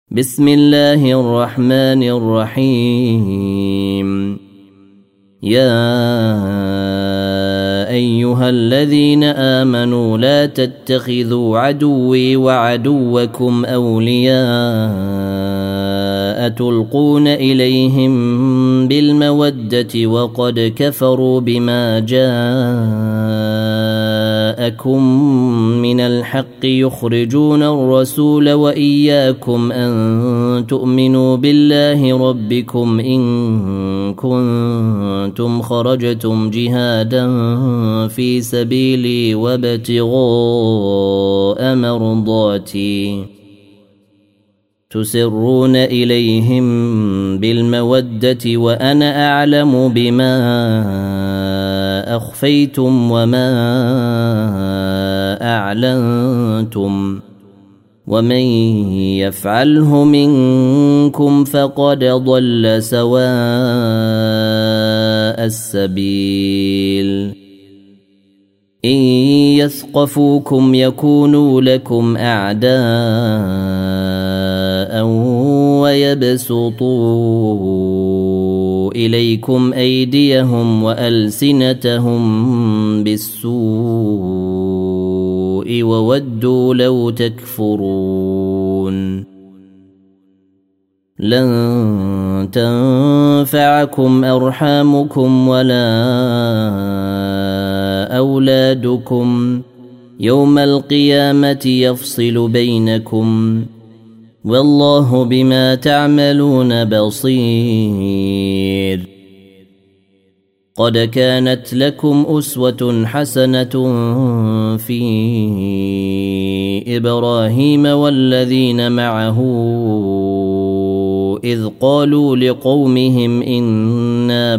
بسم الله الرحمن الرحيم. يا أيها الذين آمنوا لا تتخذوا عدوي وعدوكم أولياء تلقون إليهم بالمودة وقد كفروا بما جاءكم من الحق يخرجون الرسول وإياكم أن تؤمنوا بالله ربكم إن كنتم خرجتم جهادا في سبيلي وابتغاء مرضاتي تسرون إليهم بالمودة وأنا أعلم بما أخفيتم وما أعلنتم ومن يفعله منكم فقد ضل سواء السبيل. إن يثقفوكم يكونوا لكم أعداء ويبسطوا إليكم أيديهم وألسنتهم بالسوء وودوا لو تكفرون. لن تنفعكم أرحامكم ولا أولادكم يوم القيامة يفصل بينكم والله بما تعملون بصير. قد كانت لكم أسوة حسنة في إبراهيم والذين معه إذ قالوا لقومهم إنا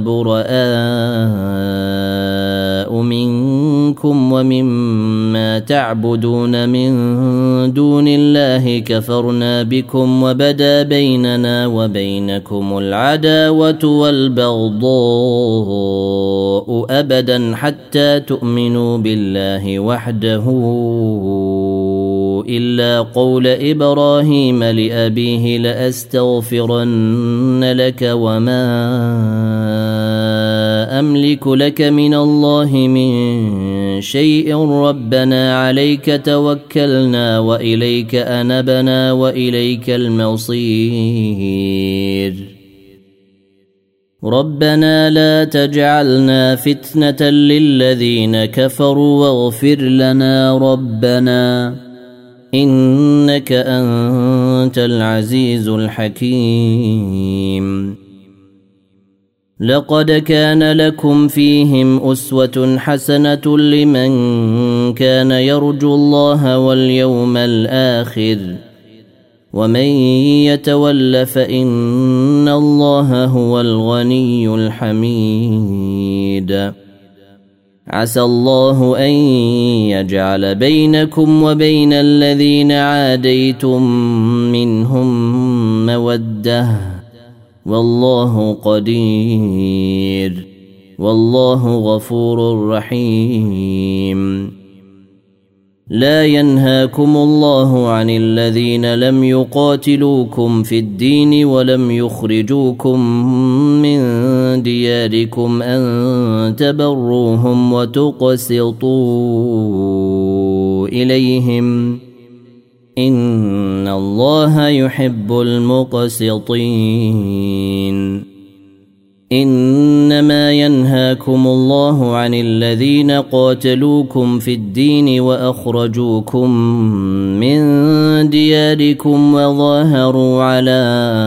براء منكم ومما تعبدون من دون الله كفرنا بكم وبدا بيننا وبينكم العداوة والبغضاء أبدا حتى تؤمنوا بالله وحده إلا قول إبراهيم لأبيه لأستغفرن لك وما أملك لك من الله من شيء ربنا عليك توكلنا وإليك أنبنا وإليك المصير. ربنا لا تجعلنا فتنة للذين كفروا واغفر لنا ربنا إنك أنت العزيز الحكيم. لقد كان لكم فيهم أسوة حسنة لمن كان يرجو الله واليوم الآخر ومن يتول فإن الله هو الغني الحميد. عسى الله أن يجعل بينكم وبين الذين عاديتم منهم مودة والله قدير والله غفور رحيم. لا ينهاكم الله عن الذين لم يقاتلوكم في الدين ولم يخرجوكم من دياركم أن تبروهم وتقسطوا إليهم إن الله يحب المقسطين. إنما ينهاكم الله عن الذين قاتلوكم في الدين وأخرجوكم من دياركم وظاهروا على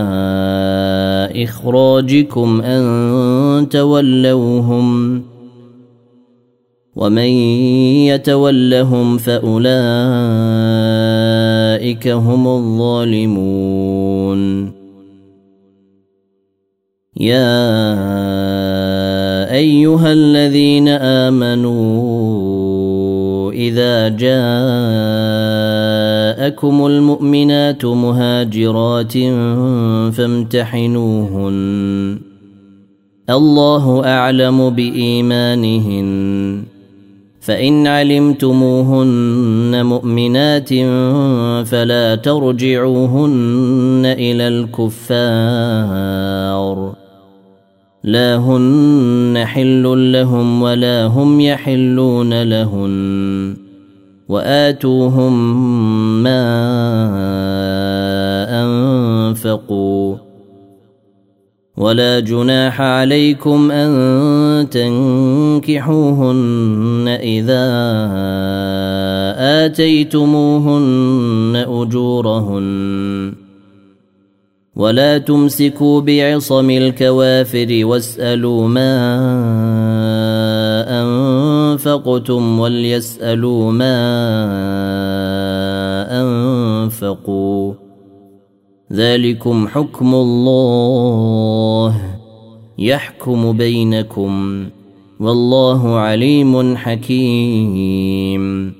إخراجكم أن تولوهم ومن يتولهم فأولئك هم الظالمون. يا أيها الذين آمنوا إذا جاءكم المؤمنات مهاجرات فامتحنوهن الله أعلم بإيمانهن فإن علمتموهن مؤمنات فلا ترجعوهن إلى الكفار لا هن حل لهم ولا هم يحلون لهن وآتوهم ما أنفقوا ولا جناح عليكم أن تنكحوهن إذا آتيتموهن أجورهن ولا تمسكوا بعصم الكوافر واسألوا ما أنفقتم وليسألوا ما أنفقوا ذلكم حكم الله يحكم بينكم والله عليم حكيم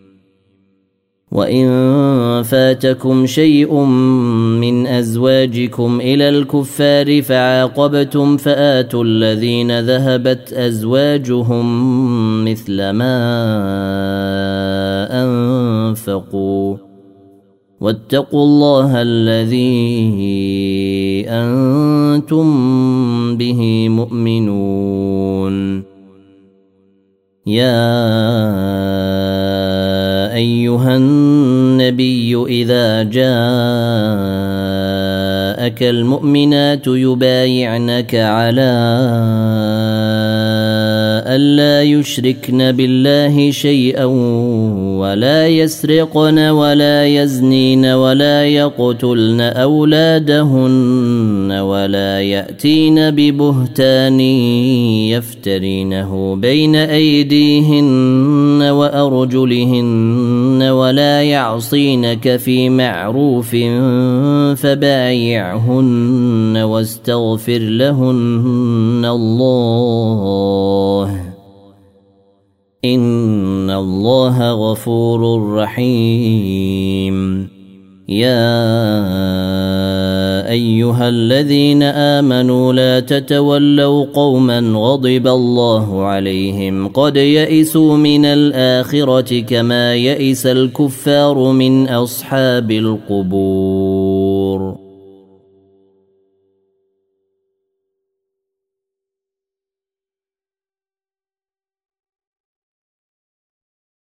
وإن فاتكم شيء من أزواجكم إلى الكفار فعاقبتم فآتوا الذين ذهبت أزواجهم مثل ما أنفقوا واتقوا الله الذي أنتم به مؤمنون يا أيها النبي إذا جاءك المؤمنات يبايعنك على ألا يشركن بالله شيئا ولا يسرقن ولا يزنين ولا يقتلن أولادهن ولا يأتين ببهتان يفترينه بين أيديهن وأرجلهن ولا يعصينك في معروف فبايعهن واستغفر لهن الله إن الله غفور رحيم يا أيها الذين آمنوا لا تتولوا قوما غضب الله عليهم قد يئسوا من الآخرة كما يئس الكفار من أصحاب القبور